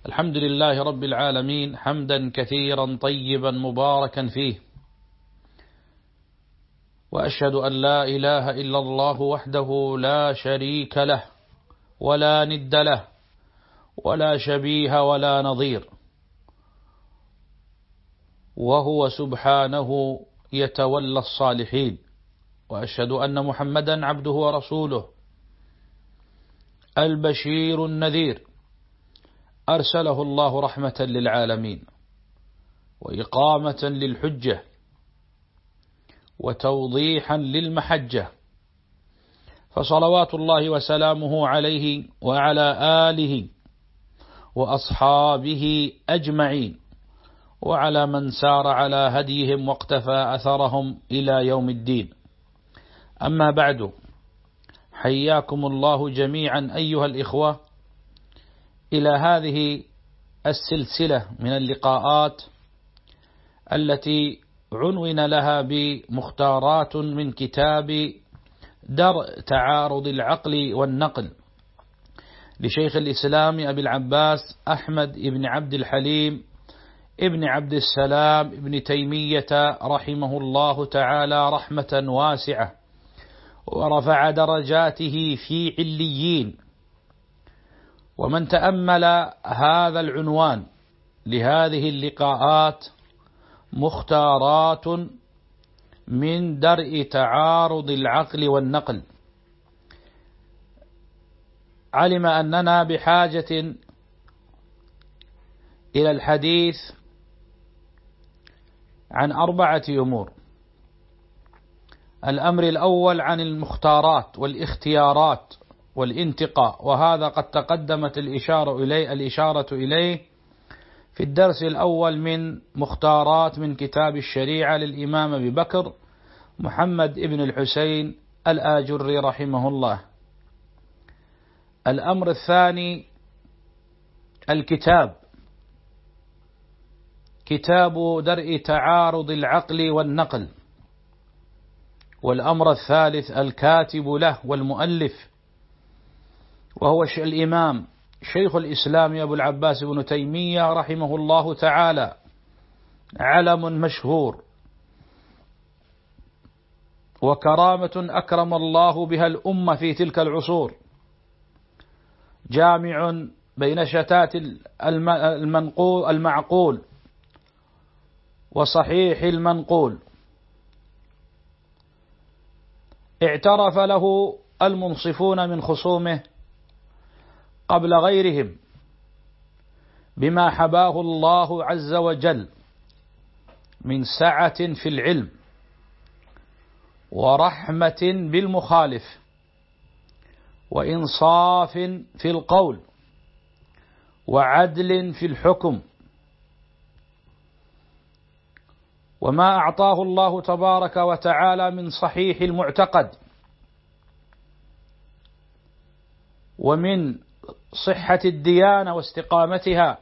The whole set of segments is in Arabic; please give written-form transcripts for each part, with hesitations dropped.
الحمد لله رب العالمين حمدا كثيرا طيبا مباركا فيه، وأشهد أن لا إله إلا الله وحده لا شريك له ولا ند له ولا شبيه ولا نظير، وهو سبحانه يتولى الصالحين. وأشهد أن محمدا عبده ورسوله البشير النذير، أرسله الله رحمة للعالمين وإقامة للحجة وتوضيحا للمحجة، فصلوات الله وسلامه عليه وعلى آله وأصحابه أجمعين، وعلى من سار على هديهم واقتفى أثرهم إلى يوم الدين. أما بعد، حياكم الله جميعا أيها الإخوة إلى هذه السلسلة من اللقاءات التي عنون لها بمختارات من كتاب درء تعارض العقل والنقل لشيخ الإسلام أبي العباس أحمد بن عبد الحليم ابن عبد السلام ابن تيمية رحمه الله تعالى رحمة واسعة، ورفع درجاته في عليين. ومن تأمل هذا العنوان لهذه اللقاءات مختارات من درء تعارض العقل والنقل، علم أننا بحاجة إلى الحديث عن 4 أمور. الأمر الأول عن المختارات والاختيارات والانتقاء، وهذا قد تقدمت الإشارة إليه في الدرس الأول من مختارات من كتاب الشريعة للإمام أبي بكر محمد ابن الحسين الآجري رحمه الله. الأمر الثاني كتاب درء تعارض العقل والنقل. والأمر الثالث الكاتب له والمؤلف، وهو الإمام شيخ الإسلام أبو العباس بن تيمية رحمه الله تعالى، علم مشهور وكرامة أكرم الله بها الأمة في تلك العصور، جامع بين شتات المعقول وصحيح المنقول. اعترف له المنصفون من خصومه قبل غيرهم بما حباه الله عز وجل من سعة في العلم ورحمة بالمخالف وإنصاف في القول وعدل في الحكم، وما أعطاه الله تبارك وتعالى من صحيح المعتقد ومن صحة الديانة واستقامتها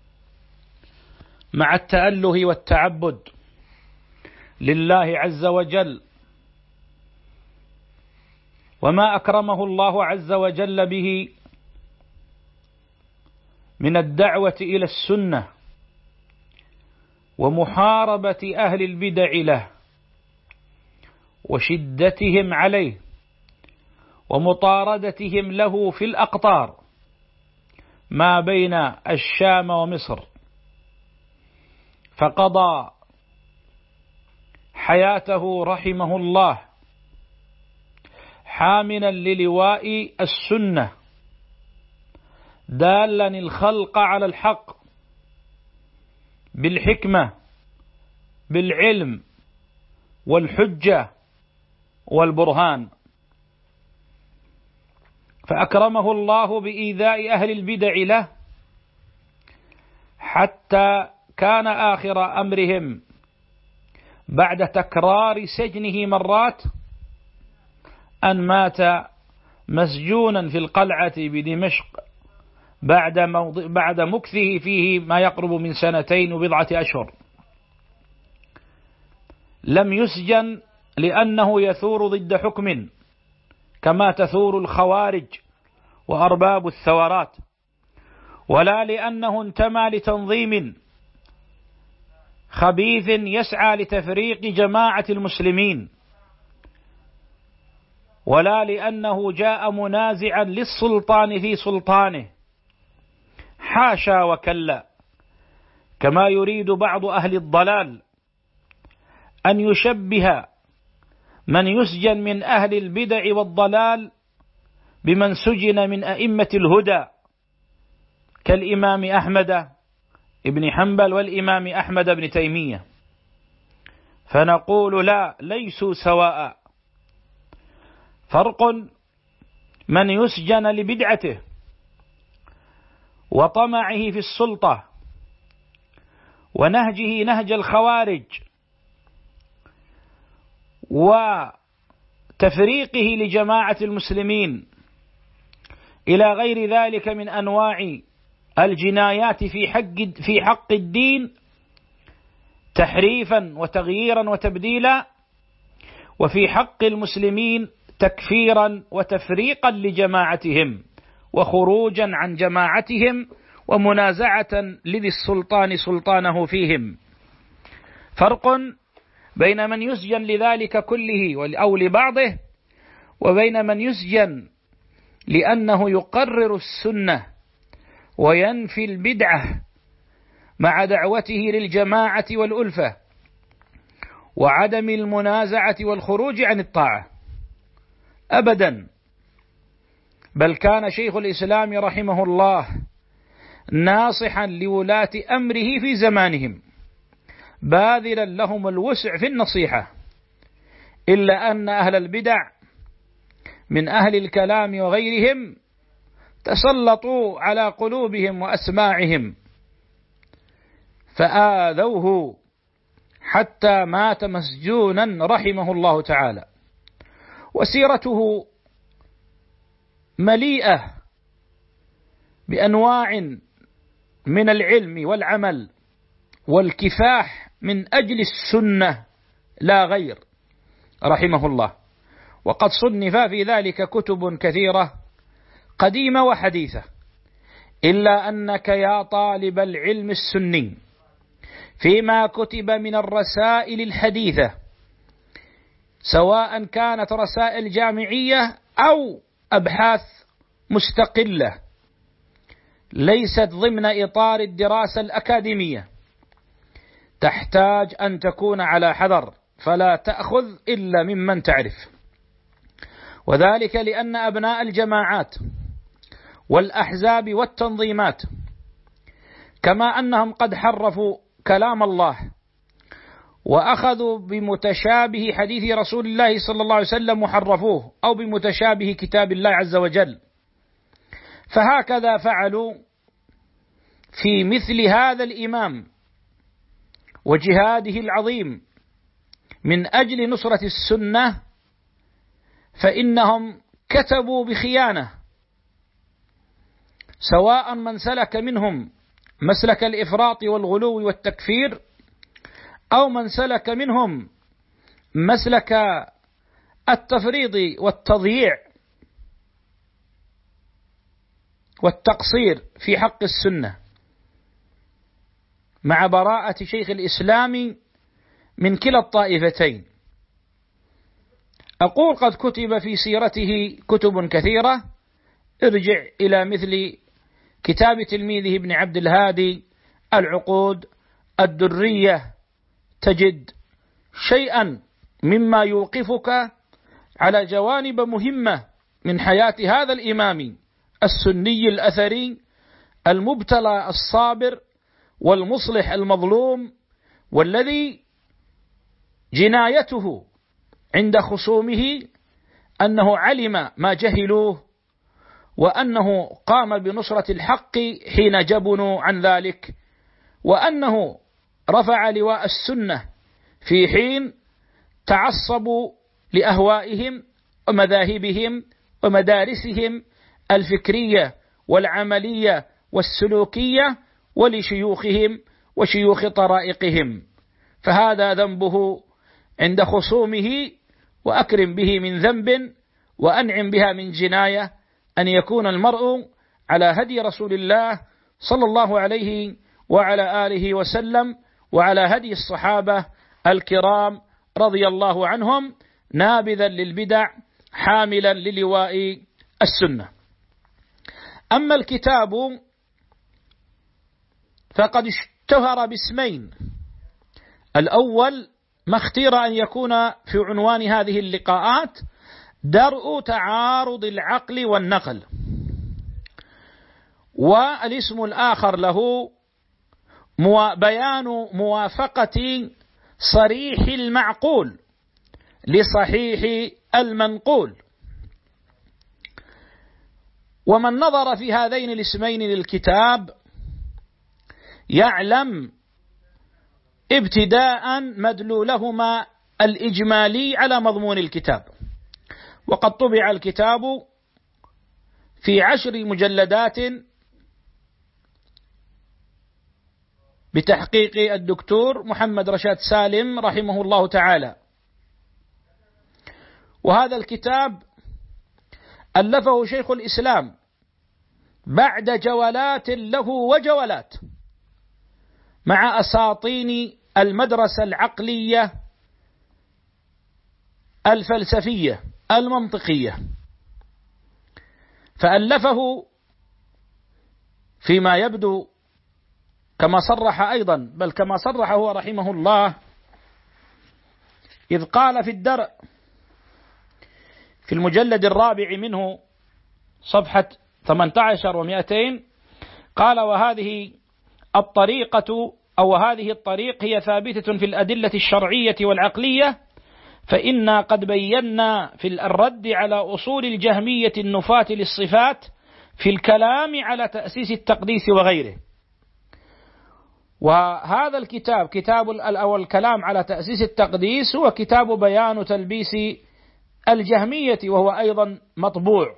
مع التأله والتعبد لله عز وجل، وما أكرمه الله عز وجل به من الدعوة إلى السنة ومحاربة أهل البدع له وشدتهم عليه ومطاردتهم له في الأقطار ما بين الشام ومصر، فقضى حياته رحمه الله حاملا للواء السنة، دالا الخلق على الحق بالحكمة بالعلم والحجة والبرهان، فأكرمه الله بإيذاء أهل البدع له حتى كان آخر أمرهم بعد تكرار سجنه مرات أن مات مسجونا في القلعة بدمشق بعد مكثه فيه ما يقرب من 2 وبضعة أشهر. لم يسجن لأنه يثور ضد حكم كما تثور الخوارج وأرباب الثورات، ولا لأنه انتمى لتنظيم خبيث يسعى لتفريق جماعة المسلمين، ولا لأنه جاء منازعا للسلطان في سلطانه، حاشا وكلا، كما يريد بعض أهل الضلال أن يشبه من يسجن من أهل البدع والضلال بمن سجن من أئمة الهدى كالإمام أحمد بن حنبل والإمام أحمد بن تيمية، فنقول لا، ليسوا سواء. فرق من يسجن لبدعته وطمعه في السلطة ونهجه نهج الخوارج وتفريقه لجماعة المسلمين إلى غير ذلك من أنواع الجنايات في حق الدين، تحريفا وتغييرا وتبديلا، وفي حق المسلمين تكفيرا وتفريقا لجماعتهم وخروجا عن جماعتهم ومنازعة لذي السلطان سلطانه فيهم. فرق بين من يسجن لذلك كله أو لبعضه، وبين من يسجن لأنه يقرر السنة وينفي البدعة مع دعوته للجماعة والألفة وعدم المنازعة والخروج عن الطاعة أبدا. بل كان شيخ الإسلام رحمه الله ناصحا لولاة أمره في زمانهم، باذلا لهم الوسع في النصيحة، إلا أن أهل البدع من أهل الكلام وغيرهم تسلطوا على قلوبهم وأسماعهم فآذوه حتى مات مسجونا رحمه الله تعالى. وسيرته مليئة بأنواع من العلم والعمل والكفاح من أجل السنة لا غير رحمه الله، وقد صنف في ذلك كتب كثيرة قديمة وحديثة. إلا أنك يا طالب العلم السني فيما كتب من الرسائل الحديثة، سواء كانت رسائل جامعية أو أبحاث مستقلة ليست ضمن إطار الدراسة الأكاديمية، تحتاج أن تكون على حذر، فلا تأخذ إلا ممن تعرف. وذلك لأن أبناء الجماعات والأحزاب والتنظيمات كما أنهم قد حرفوا كلام الله وأخذوا بمتشابه حديث رسول الله صلى الله عليه وسلم وحرفوه، أو بمتشابه كتاب الله عز وجل، فهكذا فعلوا في مثل هذا الإمام وجهاده العظيم من أجل نصرة السنة، فإنهم كتبوا بخيانة، سواء من سلك منهم مسلك الإفراط والغلو والتكفير، أو من سلك منهم مسلك التفريط والتضييع والتقصير في حق السنة، مع براءة شيخ الإسلام من كلا الطائفتين. أقول قد كتب في سيرته كتب كثيرة، ارجع إلى مثل كتاب تلميذه ابن عبد الهادي العقود الدرية، تجد شيئا مما يوقفك على جوانب مهمة من حياة هذا الإمام السني الأثري المبتلى الصابر والمصلح المظلوم، والذي جنايته عند خصومه أنه علم ما جهلوه، وأنه قام بنصرة الحق حين جبنوا عن ذلك، وأنه رفع لواء السنة في حين تعصبوا لأهوائهم ومذاهبهم ومدارسهم الفكرية والعملية والسلوكية ولشيوخهم وشيوخ طرائقهم. فهذا ذنبه عند خصومه، وأكرم به من ذنب وأنعم بها من جناية، أن يكون المرء على هدي رسول الله صلى الله عليه وعلى آله وسلم وعلى هدي الصحابة الكرام رضي الله عنهم، نابذا للبدع حاملا للواء السنة. أما الكتاب فقد اشتهر باسمين: الأول ما اختير أن يكون في عنوان هذه اللقاءات درء تعارض العقل والنقل، والاسم الآخر له بيان موافقة صريح المعقول لصحيح المنقول. ومن نظر في هذين الاسمين للكتاب يعلم ابتداء مدلولهما الإجمالي على مضمون الكتاب. وقد طبع الكتاب في 10 مجلدات بتحقيق الدكتور محمد رشاد سالم رحمه الله تعالى. وهذا الكتاب ألفه شيخ الإسلام بعد جولات له وجولات مع أساطين المدرسة العقلية الفلسفية المنطقية، فألفه فيما يبدو كما صرح أيضا، بل كما صرح هو رحمه الله إذ قال في الدرء في المجلد الرابع منه صفحة 18 و200 قال: وهذه الطريقة أو هذه الطريق هي ثابتة في الأدلة الشرعية والعقلية، فإنا قد بينا في الرد على أصول الجهمية النفاة للصفات في الكلام على تأسيس التقديس وغيره. وهذا الكتاب كتاب الكلام على تأسيس التقديس هو كتاب بيان تلبيس الجهمية، وهو أيضا مطبوع.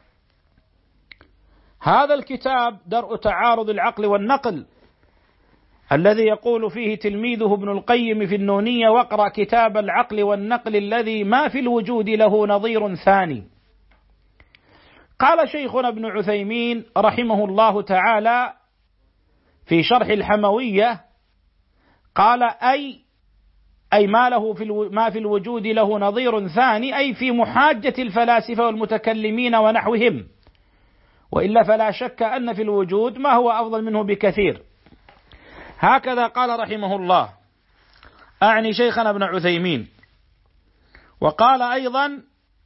هذا الكتاب درء تعارض العقل والنقل الذي يقول فيه تلميذه ابن القيم في النونية: واقرأ كتاب العقل والنقل الذي ما في الوجود له نظير ثاني. قال شيخنا ابن عثيمين رحمه الله تعالى في شرح الحموية قال: أي ما في الوجود له نظير ثاني، أي في محاجة الفلاسفة والمتكلمين ونحوهم، وإلا فلا شك أن في الوجود ما هو أفضل منه بكثير. هكذا قال رحمه الله، أعني شيخنا ابن عثيمين. وقال أيضا: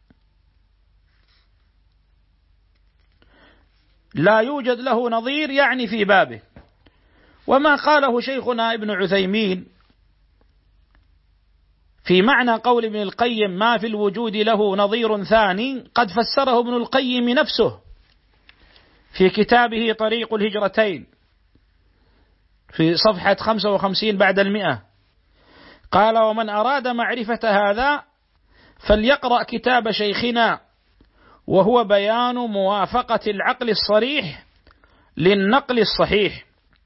لا يوجد له نظير، يعني في بابه. وما قاله شيخنا ابن عثيمين في معنى قول ابن القيم ما في الوجود له نظير ثاني قد فسره ابن القيم نفسه في كتابه طريق الهجرتين في صفحة 55 بعد 100. قال: ومن أراد معرفة هذا فليقرأ كتاب شيخنا، وهو بيان موافقة العقل الصريح للنقل الصحيح،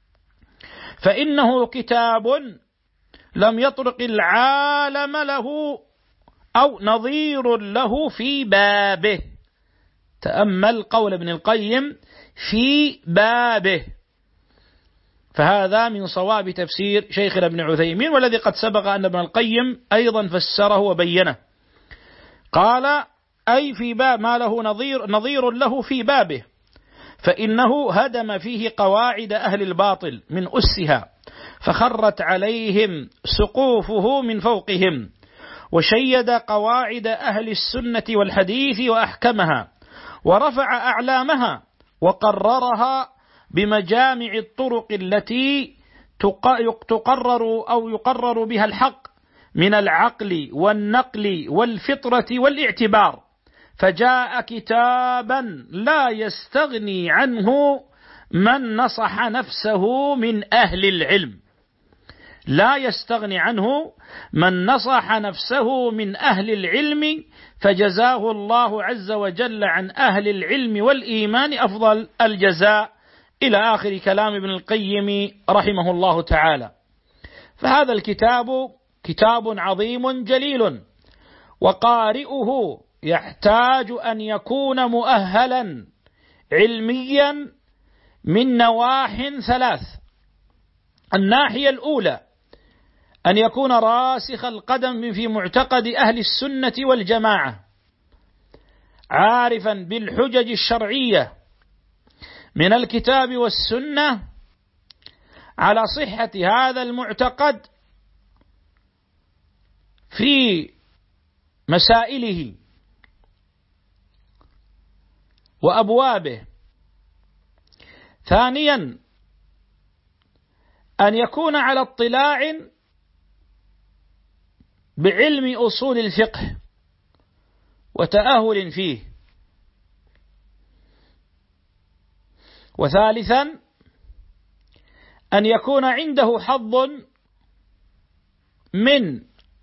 فإنه كتاب لم يطرق العالم له أو نظير له في بابه. تأمل قول ابن القيم في بابه، فهذا من صواب تفسير شيخنا ابن عثيمين، والذي قد سبق أن ابن القيم أيضا فسره وبينه. قال: أي في باب ما له نظير له في بابه، فإنه هدم فيه قواعد أهل الباطل من أسها، فخرت عليهم سقوفه من فوقهم، وشيد قواعد أهل السنة والحديث وأحكمها، ورفع أعلامها، وقررها بمجامع الطرق التي تقرر أو يقرر بها الحق من العقل والنقل والفطرة والاعتبار، فجاء كتابا لا يستغني عنه من نصح نفسه من أهل العلم، لا يستغني عنه من نصح نفسه من أهل العلم، فجزاه الله عز وجل عن أهل العلم والإيمان أفضل الجزاء، إلى آخر كلام ابن القيم رحمه الله تعالى. فهذا الكتاب كتاب عظيم جليل، وقارئه يحتاج أن يكون مؤهلا علميا من نواح ثلاث. الناحية الأولى أن يكون راسخ القدم في معتقد أهل السنة والجماعة، عارفا بالحجج الشرعية من الكتاب والسنة على صحة هذا المعتقد في مسائله وأبوابه. ثانيا أن يكون على اطلاع بعلم أصول الفقه وتأهل فيه. وثالثا أن يكون عنده حظ من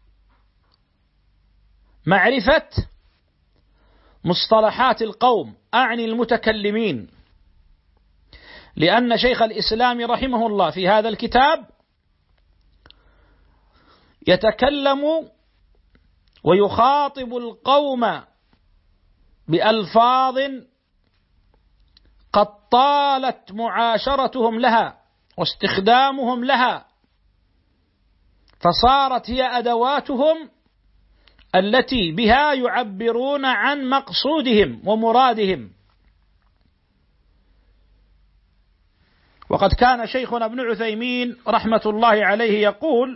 معرفة مصطلحات القوم، أعني المتكلمين، لأن شيخ الإسلام رحمه الله في هذا الكتاب يتكلم ويخاطب القوم بألفاظ قد طالت معاشرتهم لها واستخدامهم لها، فصارت هي أدواتهم التي بها يعبرون عن مقصودهم ومرادهم. وقد كان شيخنا ابن عثيمين رحمة الله عليه يقول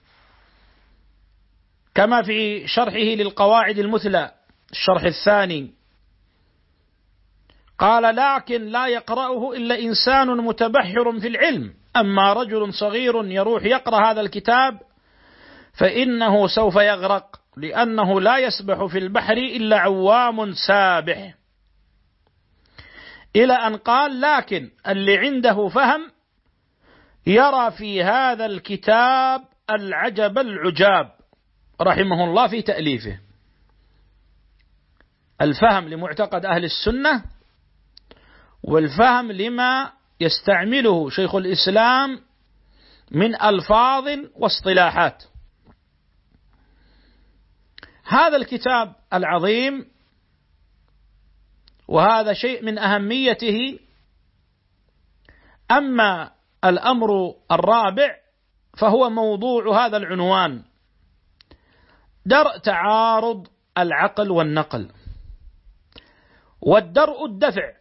كما في شرحه للقواعد المثلى الشرح الثاني، قال: لكن لا يقرأه إلا إنسان متبحر في العلم، أما رجل صغير يروح يقرأ هذا الكتاب فإنه سوف يغرق، لأنه لا يسبح في البحر إلا عوام سابح. إلى أن قال: لكن اللي عنده فهم يرى في هذا الكتاب العجب العجاب، رحمه الله في تأليفه. الفهم لمعتقد أهل السنة، والفهم لما يستعمله شيخ الإسلام من ألفاظ واصطلاحات. هذا الكتاب العظيم، وهذا شيء من أهميته. أما الأمر الرابع فهو موضوع هذا العنوان: درء تعارض العقل والنقل. والدرء الدفع،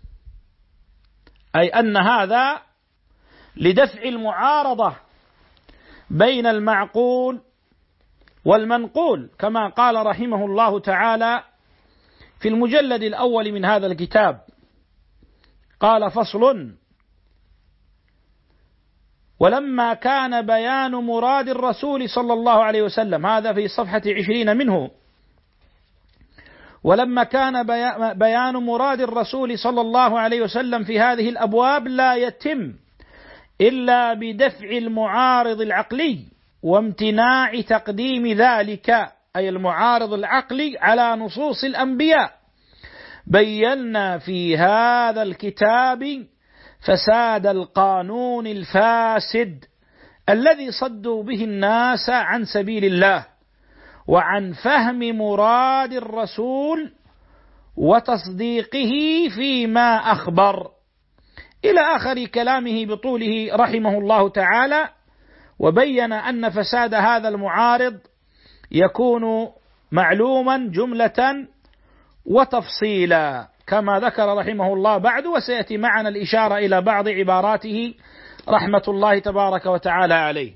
أي أن هذا لدفع المعارضة بين المعقول والمنقول، كما قال رحمه الله تعالى في المجلد الأول من هذا الكتاب، قال: فصل: ولما كان بيان مراد الرسول صلى الله عليه وسلم، هذا في صفحة 20 منه، ولما كان بيان مراد الرسول صلى الله عليه وسلم في هذه الأبواب لا يتم إلا بدفع المعارض العقلي وامتناع تقديم ذلك، أي المعارض العقلي، على نصوص الأنبياء. بينا في هذا الكتاب فساد القانون الفاسد الذي صدوا به الناس عن سبيل الله، وعن فهم مراد الرسول وتصديقه فيما أخبر، إلى آخر كلامه بطوله رحمه الله تعالى. وبين أن فساد هذا المعارض يكون معلوما جملة وتفصيلا، كما ذكر رحمه الله بعد، وسيأتي معنا الإشارة إلى بعض عباراته رحمة الله تبارك وتعالى عليه.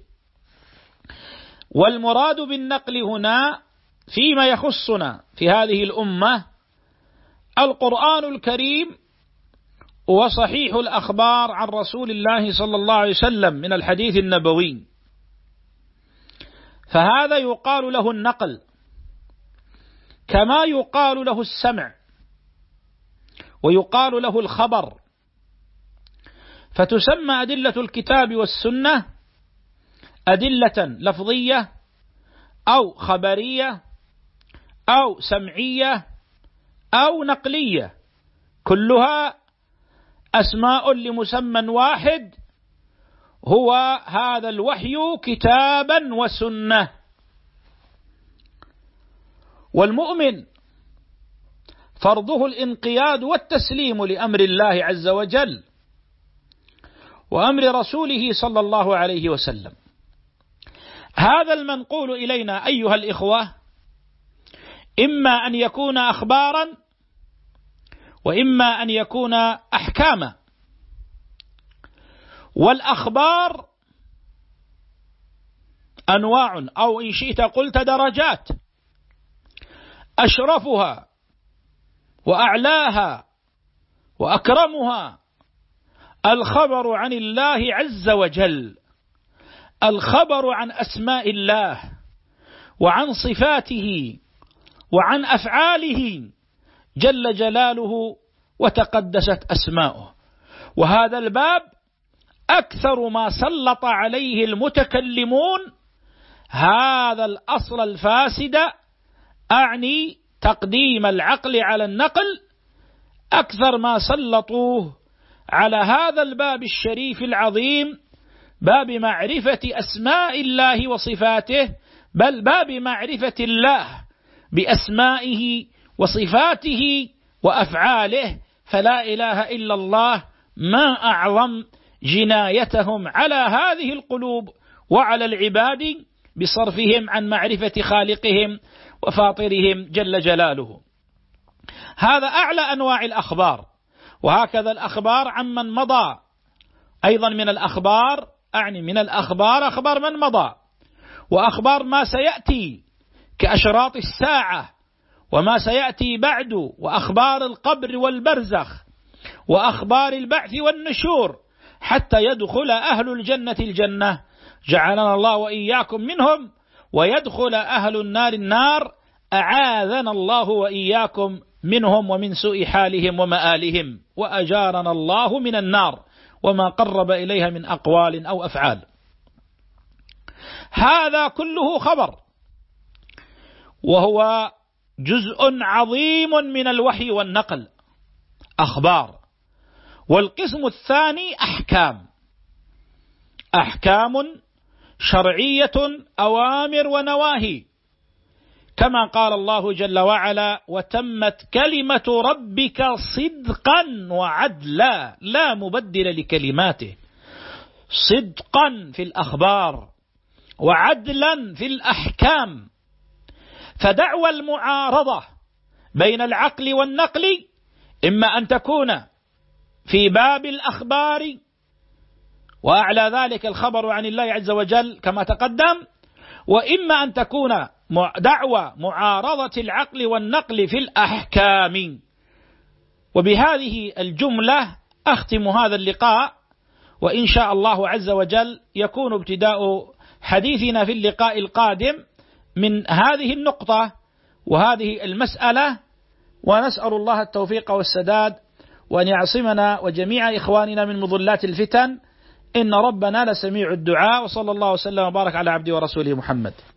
والمراد بالنقل هنا فيما يخصنا في هذه الأمة القرآن الكريم وصحيح الأخبار عن رسول الله صلى الله عليه وسلم من الحديث النبوي، فهذا يقال له النقل، كما يقال له السمع ويقال له الخبر. فتسمى أدلة الكتاب والسنة أدلة لفظية أو خبرية أو سمعية أو نقلية، كلها أسماء لمسمى واحد، هو هذا الوحي كتابا وسنة. والمؤمن فرضه الانقياد والتسليم لأمر الله عز وجل، وأمر رسوله صلى الله عليه وسلم. هذا المنقول إلينا أيها الإخوة إما أن يكون أخبارا وإما أن يكون أحكاما. والأخبار أنواع، أو إن شئت قلت درجات، أشرفها وأعلاها وأكرمها الخبر عن الله عز وجل، الخبر عن أسماء الله وعن صفاته وعن أفعاله جل جلاله وتقدست أسماؤه. وهذا الباب أكثر ما سلط عليه المتكلمون هذا الأصل الفاسد، أعني تقديم العقل على النقل، أكثر ما سلطوه على هذا الباب الشريف العظيم، باب معرفة أسماء الله وصفاته، بل باب معرفة الله بأسمائه وصفاته وأفعاله. فلا إله إلا الله ما أعظم جنايتهم على هذه القلوب وعلى العباد بصرفهم عن معرفة خالقهم وفاطرهم جل جلاله. هذا أعلى أنواع الأخبار. وهكذا الأخبار عمن مضى أيضا من الأخبار، أعني من الأخبار أخبار من مضى، وأخبار ما سيأتي كأشراط الساعة وما سيأتي بعد، وأخبار القبر والبرزخ، وأخبار البعث والنشور، حتى يدخل أهل الجنة الجنة، جعلنا الله وإياكم منهم، ويدخل أهل النار النار، أعاذنا الله وإياكم منهم ومن سوء حالهم ومآلهم، وأجارنا الله من النار وما قرب إليها من أقوال أو أفعال. هذا كله خبر، وهو جزء عظيم من الوحي والنقل، أخبار. والقسم الثاني أحكام شرعية، أوامر ونواهي، كما قال الله جل وعلا: وتمت كلمة ربك صدقا وعدلا لا مبدل لكلماته. صدقا في الأخبار وعدلا في الأحكام. فدعوى المعارضة بين العقل والنقل إما أن تكون في باب الأخبار، وأعلى ذلك الخبر عن الله عز وجل كما تقدم، وإما أن تكون دعوى معارضة العقل والنقل في الأحكام. وبهذه الجملة أختم هذا اللقاء، وإن شاء الله عز وجل يكون ابتداء حديثنا في اللقاء القادم من هذه النقطة وهذه المسألة. ونسأل الله التوفيق والسداد، وأن يعصمنا وجميع إخواننا من مضلات الفتن، إن ربنا لسميع الدعاء. وصلى الله وسلم وبارك على عبده ورسوله محمد.